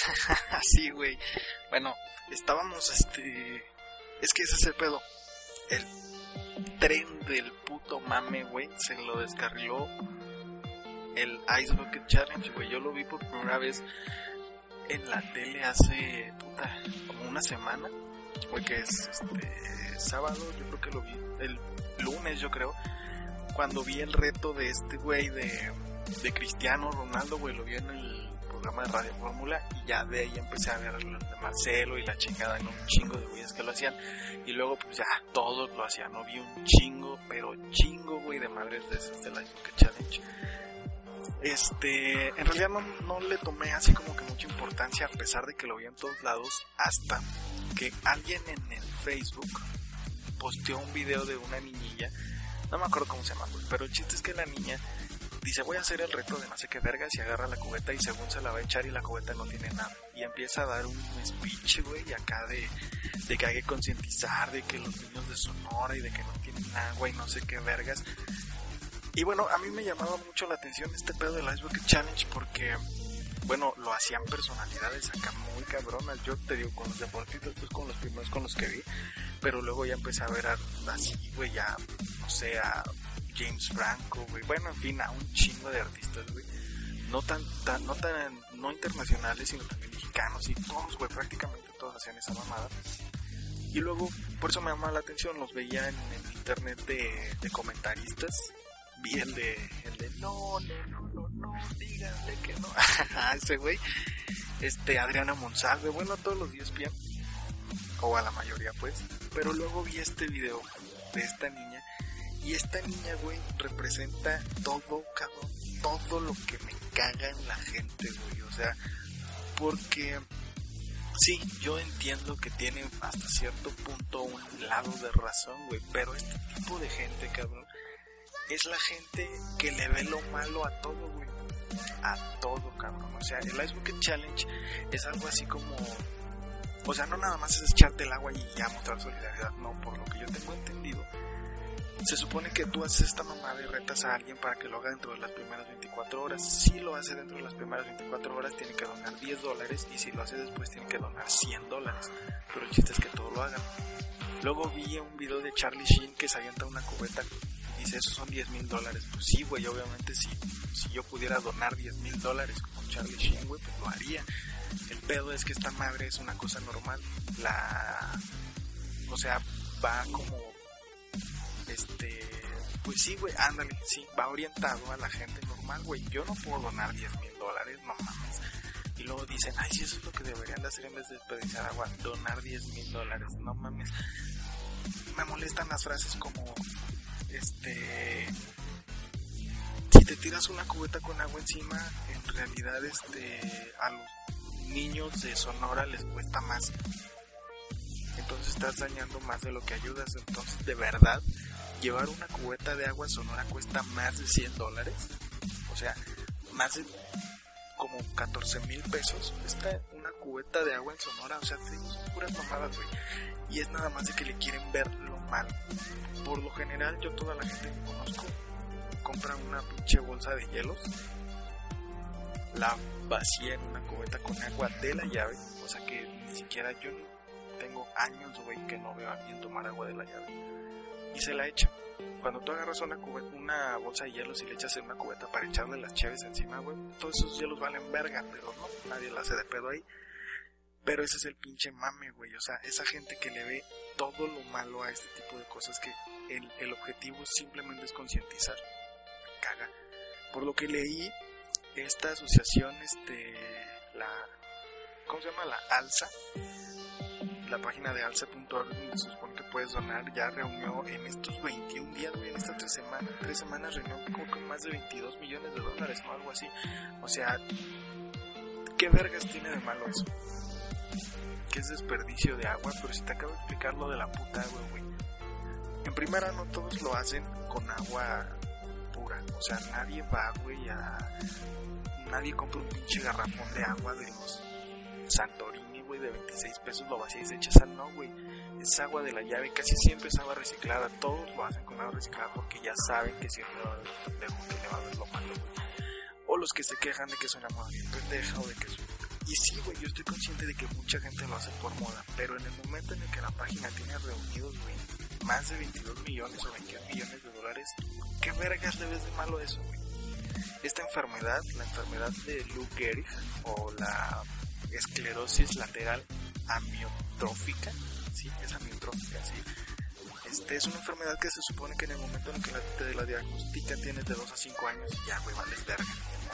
Sí, güey. Bueno, estábamos, es que ese es el pedo. El tren del puto mame, güey, se lo descarriló el Ice Bucket Challenge, güey. Yo lo vi por primera vez en la tele hace, como una semana, güey, que es sábado, yo creo que lo vi, el lunes, yo creo, cuando vi el reto de este güey de Cristiano Ronaldo, güey, lo vi en el programa de Radio Fórmula y ya de ahí empecé a ver los de Marcelo y la chingada, en un chingo de güeyes que lo hacían, y luego pues ya todos lo hacían, no vi un chingo, pero chingo, güey, de madres de esas del Ice Bucket Challenge. En realidad no le tomé así como que mucha importancia, a pesar de que lo vi en todos lados, hasta que alguien en el Facebook posteó un video de una niñilla, no me acuerdo cómo se llama, pero el chiste es que la niña dice, voy a hacer el reto de no sé qué vergas, y agarra la cubeta y según se la va a echar y la cubeta no tiene nada, y empieza a dar un speech, güey, acá de que hay que concientizar de que los niños de Sonora y de que no tienen agua y no sé qué vergas. Y bueno, a mí me llamaba mucho la atención este pedo del Ice Bucket Challenge porque, bueno, lo hacían personalidades acá muy cabronas. Yo te digo, con los deportistas, pues con los primeros con los que vi, pero luego ya empecé a ver así, güey, ya, no sé, a James Franco, güey, bueno, en fin, a un chingo de artistas, güey, no internacionales, sino también mexicanos, y todos, güey, prácticamente todos hacían esa mamada. Y luego, por eso me llamaba la atención, los veía en internet de comentaristas. Vi el de no, díganle que no. Ese güey, Adriana Monsalve, bueno, todos los días bien, o a la mayoría pues, pero luego vi este video de esta niña, y esta niña, güey, representa todo, cabrón, todo lo que me caga en la gente, güey, o sea, porque sí, yo entiendo que tiene hasta cierto punto un lado de razón, güey, pero este tipo de gente, cabrón, es la gente que le ve lo malo a todo, güey. A todo, cabrón. O sea, el Ice Bucket Challenge es algo así como... O sea, no nada más es echarte el agua y ya mostrar solidaridad. No, por lo que yo tengo entendido, se supone que tú haces esta mamada y retas a alguien para que lo haga dentro de las primeras 24 horas. Si lo hace dentro de las primeras 24 horas, tiene que donar $10. Y si lo hace después, tiene que donar $100. Pero el chiste es que todo lo hagan. Luego vi un video de Charlie Sheen que se avienta una cubeta... Dice, esos son $10,000. Pues sí, güey, obviamente si yo pudiera donar $10,000 como Charlie Sheen, güey, pues lo haría. El pedo es que esta madre es una cosa normal. O sea, va como, pues sí, güey, ándale, sí, va orientado a la gente normal, güey. Yo no puedo donar $10,000, no mames. Y luego dicen, ay, sí, eso es lo que deberían de hacer en vez de desperdiciar agua, donar $10,000, no mames. Me molestan las frases como... si te tiras una cubeta con agua encima, en realidad a los niños de Sonora les cuesta más, entonces estás dañando más de lo que ayudas. Entonces, de verdad, llevar una cubeta de agua a Sonora cuesta más de $100, o sea, más de como 14,000 pesos está una cubeta de agua en Sonora. O sea, son puras mamadas, güey, y es nada más de que le quieren ver lo malo. Por lo general, yo toda la gente que conozco compra una pinche bolsa de hielos, la vacía en una cubeta con agua de la llave, o sea que ni siquiera yo tengo años, güey, que no veo a alguien tomar agua de la llave, y se la echa. Cuando tú agarras una bolsa de hielos y le echas en una cubeta para echarle las cheves encima, güey, todos esos hielos valen verga, pero no, nadie la hace de pedo ahí. Pero ese es el pinche mame, güey, o sea, esa gente que le ve todo lo malo a este tipo de cosas, que el objetivo simplemente es concientizar. Me caga. Por lo que leí, esta asociación, ¿cómo se llama? La ALSA, la página de alsa.org, donde se supone que puedes donar, ya reunió en estos 21 días, güey, en estas 3 semanas reunió como que más de $22 millones, ¿no? Algo así. O sea, ¿qué vergas tiene de malo eso? Que es desperdicio de agua, pero si te acabo de explicar lo de la puta agua, güey. En primera, no todos lo hacen con agua pura. O sea, nadie va, güey, nadie compra un pinche garrafón de agua de los Santorini, güey, de 26 pesos, lo vacía y se echa sal. No, güey, es agua de la llave, casi siempre es agua reciclada. Todos lo hacen con agua reciclada porque ya saben que si no va a haber pendejo que le va a ver lo malo, güey. O los que se quejan de que es una moda bien pendeja, o de que es... Y sí, güey, yo estoy consciente de que mucha gente lo hace por moda, pero en el momento en el que la página tiene reunidos, güey, más de 22 millones o 21 millones de dólares, ¿qué vergas le ves de malo a eso, güey? Esta enfermedad, la enfermedad de Lou Gehrig, o la esclerosis lateral amiotrófica, sí, es amiotrófica, sí. Es una enfermedad que se supone que en el momento en el que te la diagnostican tienes de 2 a 5 años y ya, güey, vales verga.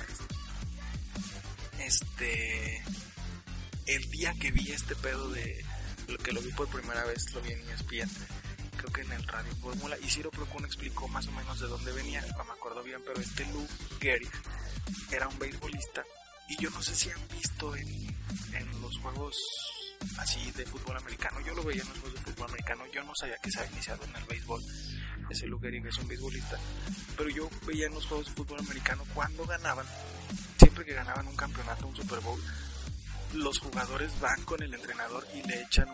El día que vi este pedo de lo que lo vi por primera vez, lo vi en ESPN, creo que en el Radio Fórmula, y Ciro Procuna explicó más o menos de dónde venía, no me acuerdo bien, pero Lou Gehrig era un beisbolista, y yo no sé si han visto en los juegos así de fútbol americano, yo lo veía en los juegos de fútbol americano, yo no sabía que se había iniciado en el béisbol, ese Lou Gehrig es un beisbolista, pero yo veía en los juegos de fútbol americano cuando ganaban, siempre que ganaban un campeonato, un Super Bowl, los jugadores van con el entrenador y le echan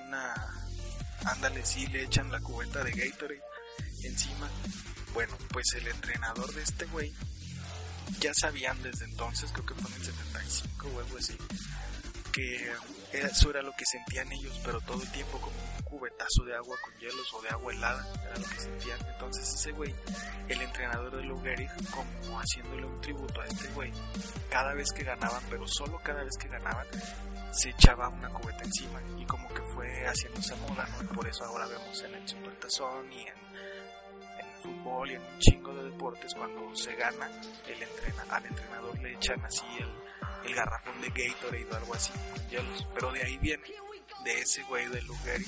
le echan la cubeta de Gatorade encima. Bueno, pues el entrenador de este güey ya sabían desde entonces, creo que fue en el 75 o algo así, que eso era lo que sentían ellos, pero todo el tiempo como un cubetazo de agua con hielos o de agua helada, era lo que sentían. Entonces ese güey, el entrenador de Lou Gehrig, como haciéndole un tributo a este güey, cada vez que ganaban, pero solo cada vez que ganaban, se echaba una cubeta encima, y como que fue haciéndose moda, ¿no? Y por eso ahora vemos en el Supertazón y en el fútbol y en un chingo de deportes, cuando se gana, al entrenador le echan así el garrafón de Gatorade o algo así con hielos, pero de ahí viene, de ese güey de Lou Gehrig,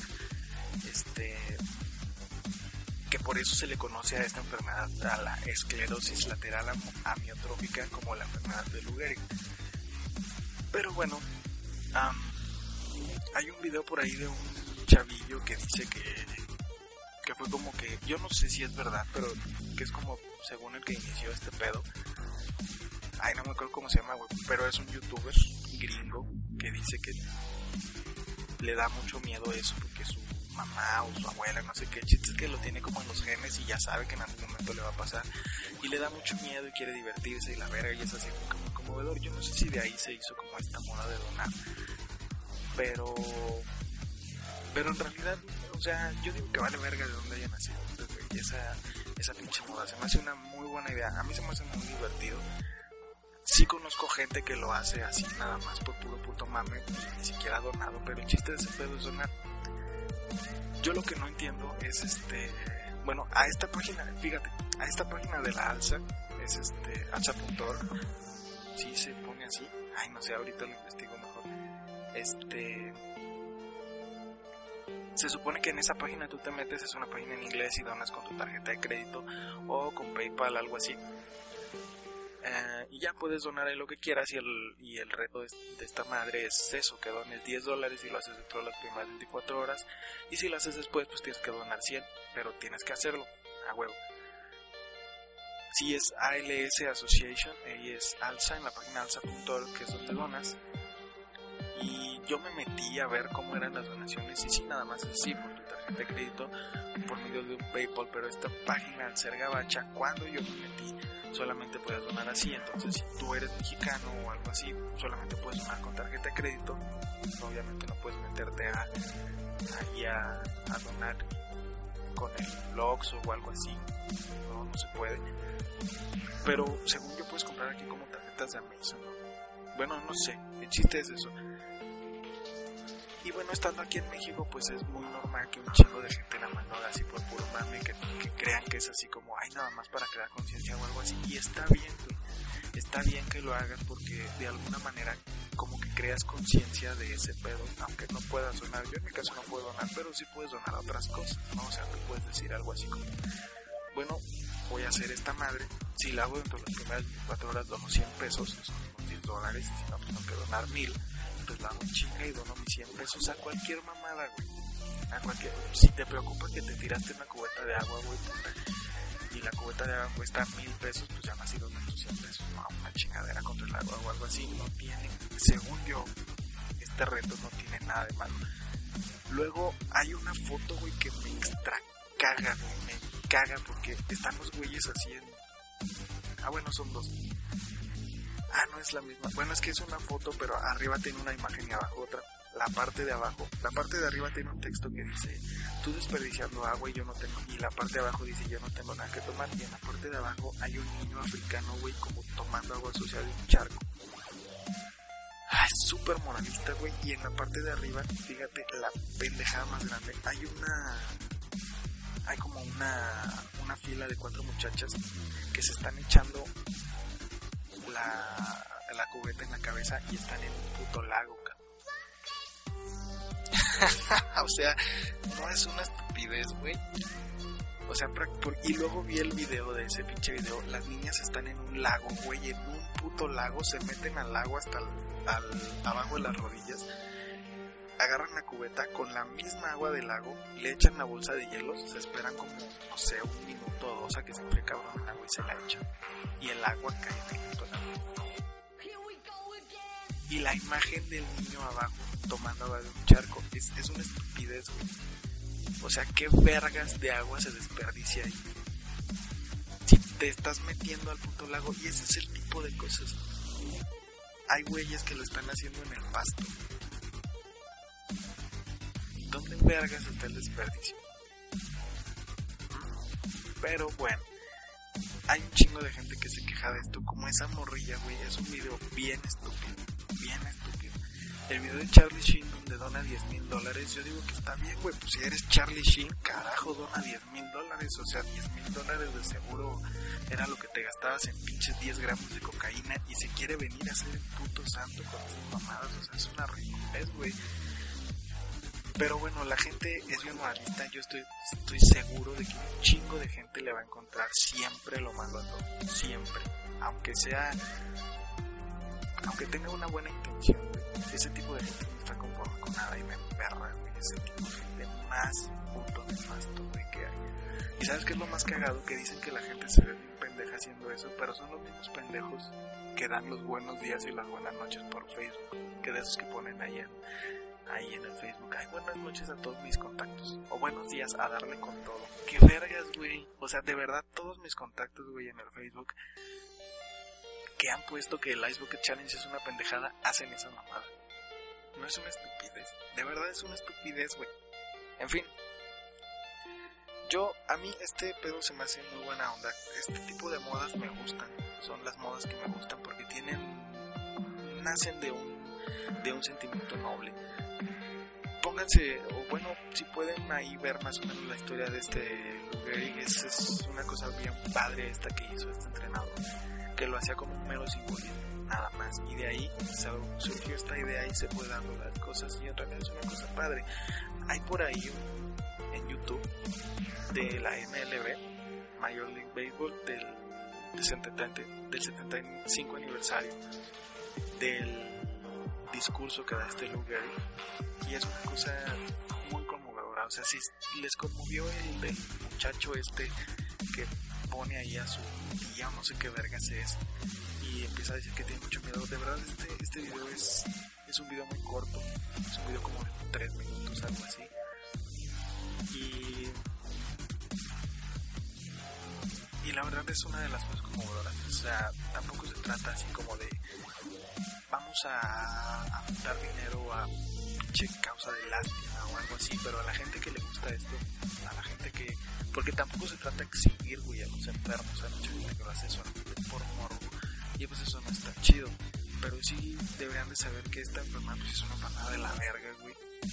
que por eso se le conoce a esta enfermedad, a la esclerosis lateral amiotrófica, como la enfermedad de Lou Gehrig. Pero bueno, hay un video por ahí de un chavillo que dice que fue como que, yo no sé si es verdad, pero que es como según el que inició este pedo. Ay, no me acuerdo cómo se llama, güey, pero es un youtuber gringo que dice que le da mucho miedo eso, porque su mamá o su abuela, no sé qué, el chiste es que lo tiene como en los genes y ya sabe que en algún momento le va a pasar, y le da mucho miedo y quiere divertirse y la verga, y es así como conmovedor. Yo no sé si de ahí se hizo como esta moda de donar, pero en realidad, o sea, yo digo que vale verga de dónde haya nacido, güey, esa pinche moda, se me hace una muy buena idea, a mí se me hace muy divertido. Sí conozco gente que lo hace así nada más por puro puto mame y ni siquiera donado, pero el chiste de ese pedo es donar. Yo lo que no entiendo es bueno, a esta página, fíjate, a esta página de la Alza, es alza.org, sí se pone así, ay no sé, ahorita lo investigo mejor. Se supone que en esa página tú te metes, es una página en inglés y donas con tu tarjeta de crédito o con PayPal, algo así. Y ya puedes donar ahí lo que quieras, y el reto de esta madre es eso, que dones $10 y lo haces dentro de las primeras 24 horas, y si lo haces después pues tienes que donar 100, pero tienes que hacerlo a huevo. Si es ALS Association, ahí es Alza, en la página alza.org, que es donde donas, y yo me metí a ver cómo eran las donaciones, y sí, nada más es así, por tu tarjeta de crédito, por medio de un PayPal, pero esta página, al ser gabacha, cuando yo me metí, solamente puedes donar así. Entonces si tú eres mexicano o algo así, solamente puedes donar con tarjeta de crédito, obviamente no puedes meterte ahí a donar con el Oxxo o algo así, no se puede, pero según yo puedes comprar aquí como tarjetas de Amazon, ¿no? Bueno, no sé, el chiste es eso. Y bueno, estando aquí en México, pues es muy normal que un chingo de gente la mano así por puro mame, que crean que es así como, ay, nada más para crear conciencia o algo así. Y está bien, güey. Está bien que lo hagas porque de alguna manera como que creas conciencia de ese pedo, aunque no puedas donar. Yo en mi caso no puedo donar, pero sí puedes donar a otras cosas, ¿no? O sea, tú puedes decir algo así como, bueno, voy a hacer esta madre. Si la hago dentro de las primeras 24 horas, dono $100, son unos $10, y si no, pues tengo que donar 1000. Pues la hago en chinga y dono mis $100 a cualquier mamada, güey. A cualquier, si te preocupa que te tiraste una cubeta de agua, güey, y la cubeta de agua cuesta $1000, pues ya más y donas tus $100. No, una chingadera contra el agua o algo así. No tiene, según yo, este reto no tiene nada de malo. Luego hay una foto, güey, que me extra caga, güey, me caga porque están los güeyes así en... Ah, bueno, son dos. no es la misma. Bueno, es que es una foto, pero arriba tiene una imagen y abajo otra. La parte de arriba tiene un texto que dice: tú desperdiciando agua y yo no tengo. Y la parte de abajo dice: yo no tengo nada que tomar. Y en la parte de abajo hay un niño africano, güey, como tomando agua sucia de un charco. Es súper moralista, güey. Y en la parte de arriba, fíjate, la pendejada más grande. Hay como una fila de 4 muchachas que se están echando la cubeta en la cabeza y están en un puto lago, cabrón. O sea, no es una estupidez, güey. O sea, y luego vi el video de ese pinche video. Las niñas están en un lago, güey, en un puto lago. Se meten al lago hasta abajo de las rodillas. Agarran la cubeta con la misma agua del lago, le echan la bolsa de hielos, se esperan como, no sé, 1 minuto o 2 a que se enfríe cabrón el agua y se la echan. Y el agua cae en el puto lago. Y la imagen del niño abajo tomando agua de un charco es una estupidez, güey. O sea, ¿qué vergas de agua se desperdicia ahí? Si te estás metiendo al puto lago, y ese es el tipo de cosas. Hay güeyes que lo están haciendo en el pasto. ¿Dónde vergas está el desperdicio? Pero bueno, hay un chingo de gente que se queja de esto, como esa morrilla, güey. Es un video bien estúpido. El video de Charlie Sheen donde dona $10,000, yo digo que está bien, güey. Pues si eres Charlie Sheen, carajo, dona $10,000. O sea, $10,000 de seguro era lo que te gastabas en pinches 10 gramos de cocaína. Y se quiere venir a ser el puto santo con esas mamadas. O sea, es una ridiculez, güey. Pero bueno, la gente es bien moralista. Yo estoy seguro de que un chingo de gente le va a encontrar siempre lo malo a todo. Siempre. Aunque tenga una buena intención, güey. Ese tipo de gente no está conforme con nada y me emperra, güey. Ese tipo de gente más puto nefasto, güey, que hay. ¿Y sabes qué es lo más cagado? Que dicen que la gente se ve bien pendeja haciendo eso, pero son los mismos pendejos que dan los buenos días y las buenas noches por Facebook. Que de esos que ponen ahí en el Facebook: ay, buenas noches a todos mis contactos. O buenos días, a darle con todo. ¡Qué vergas, güey! O sea, de verdad, todos mis contactos, güey, en el Facebook, que han puesto que el Ice Bucket Challenge es una pendejada, hacen esa mamada. No es una estupidez. De verdad es una estupidez, güey. En fin. A mí este pedo se me hace muy buena onda. Este tipo de modas me gustan. Son las modas que me gustan porque nacen de un sentimiento noble. Pónganse, o bueno, si pueden ahí ver más o menos la historia de este Lou Gehrig. Es una cosa bien padre esta que hizo este entrenador, que lo hacía como un mero simbolismo, nada más, y de ahí surgió esta idea y se fue dando las cosas, y otra vez es una cosa padre. Hay por ahí en YouTube de la MLB, Major League Baseball, del 75 aniversario del discurso que da este Lou Gehrig, y es una cosa muy conmovedora. O sea, si les conmovió el del muchacho este que pone ahí a su tía o no sé qué vergas es y empieza a decir que tiene mucho miedo, de verdad este video es un video muy corto, es un video como de 3 minutos, algo así, y la verdad es una de las cosas conmovedoras. O sea, tampoco se trata así como de vamos a juntar dinero a pinche causa de lástima o algo así, pero a la gente que le gusta esto, a la gente que, porque tampoco se trata de exhibir, güey, a los enfermos. Hay mucha gente que lo hace solamente por morbo, y pues eso no está chido. Pero sí deberían de saber que esta enfermedad pues es una enfermedad de la verga, güey.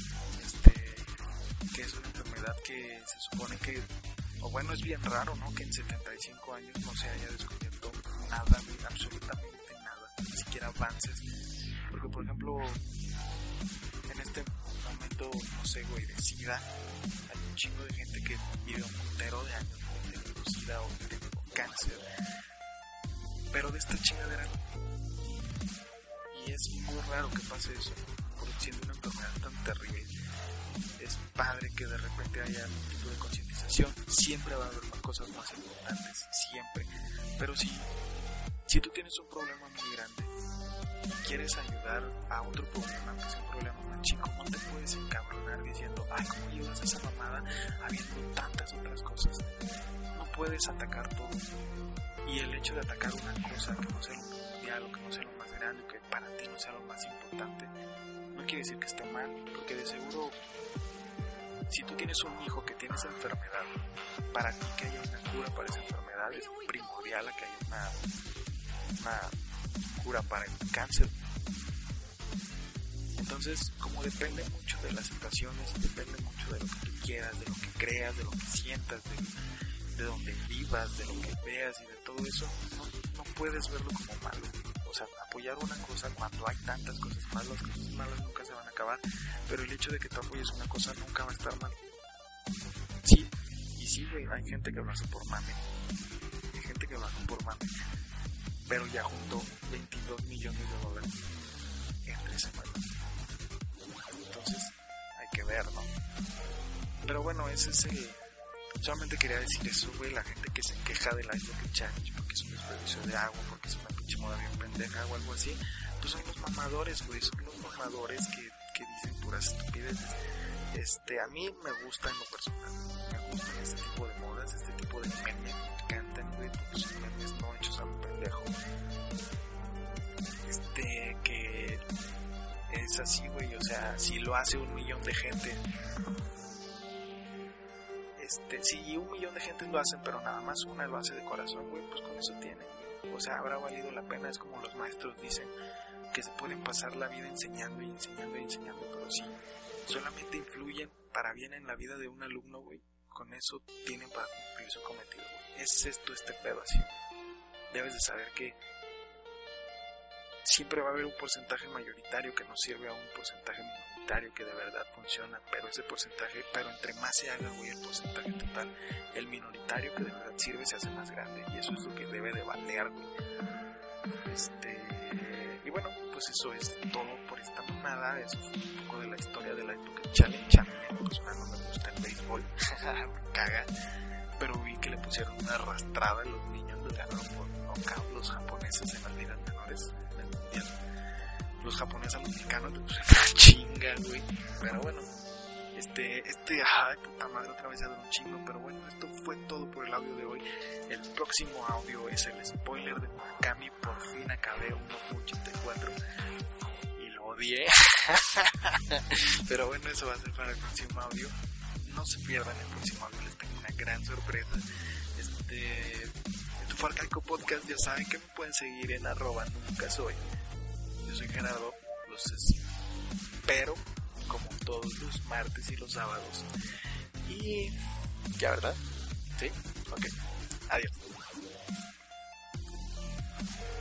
Que es una enfermedad que se supone que, o bueno, es bien raro, ¿no? Que en 75 años no se haya descubierto nada, absolutamente nada, ni siquiera avances. Porque, por ejemplo, en este momento, no sé, güey, de SIDA, hay un chingo de gente que vive un puntero de años teniendo SIDA o teniendo cáncer, pero de esta chingadera no. Y es muy raro que pase eso, porque siendo una enfermedad tan terrible, es padre que de repente haya un tipo de concientización. Siempre va a haber cosas más importantes, siempre. Pero si tú tienes un problema muy grande y quieres ayudar a otro problema, que es un problema más chico, no te puedes encabronar diciendo, ay, ¿cómo ayudas a esa mamada habiendo tantas otras cosas? No puedes atacar todo. Y el hecho de atacar una cosa que no sea lo primordial material o que no sea lo más grande o que para ti no sea lo más importante, no quiere decir que esté mal, porque de seguro si tú tienes un hijo que tiene esa enfermedad, para ti que haya una cura para esa enfermedad es primordial a que haya una cura para el cáncer. Entonces, como depende mucho de las situaciones, depende mucho de lo que tú quieras, de lo que creas, de lo que sientas, de donde vivas, de lo que veas y de todo eso, no puedes verlo como malo. O sea, apoyar una cosa cuando hay tantas cosas malas nunca se van a acabar, pero el hecho de que tú apoyes una cosa nunca va a estar mal. Sí, y sí, güey, hay gente que lo hace por mame, pero ya juntó $22 millones en 3 semanas. Entonces, hay que ver, ¿no? Pero bueno, ese es solamente quería decir eso, güey, la gente que se queja del Ice Bucket Challenge porque es un desperdicio de agua, porque es una pinche moda bien pendeja o algo así, pues son los mamadores, güey, son los mamadores que dicen puras estupideces. A mí me gusta en lo personal, me gustan este tipo de modas, este tipo de memes, me encantan, güey, porque son memes no hechos a lo pendejo. Que es así, güey, o sea, si lo hace 1 millón de gente, si 1 millón de gente lo hacen, pero nada más una lo hace de corazón, güey, pues con eso tienen, o sea, habrá valido la pena. Es como los maestros dicen, que se pueden pasar la vida enseñando, pero si solamente influyen para bien en la vida de un alumno, güey, con eso tienen para cumplir su cometido, güey. Es esto, este pedo así. Debes de saber que siempre va a haber un porcentaje mayoritario que nos sirve a un porcentaje minoritario que de verdad funciona, pero ese porcentaje, entre más se haga, güey, el porcentaje total, el minoritario que de verdad sirve se hace más grande, y eso es lo que debe de valer, güey. Y bueno, pues eso es todo por esta mamada. Eso fue un poco de la historia del Ice Bucket Challenge. A mí en lo personal no me gusta el béisbol, me caga, pero vi que le pusieron una arrastrada a los niños, los ganaron por nocaut los japoneses en las ligas menores del mundial. Los japoneses a los mexicanos le pusieron una chinga, güey, pero bueno, ay, puta madre, otra vez se dado un chingo, pero bueno, esto fue todo por el audio de hoy. El próximo audio es el spoiler de Murakami. Por fin acabé 1.84 y lo odié. Pero bueno, eso va a ser para el próximo audio. No se pierdan el próximo audio, les tengo una gran sorpresa. Tu Farcalco Podcast, ya saben que me pueden seguir en @nuncasoy. Yo soy Gerardo, los espero como todos los martes y los sábados. Y ya, ¿verdad? ¿Sí? Ok. Adiós.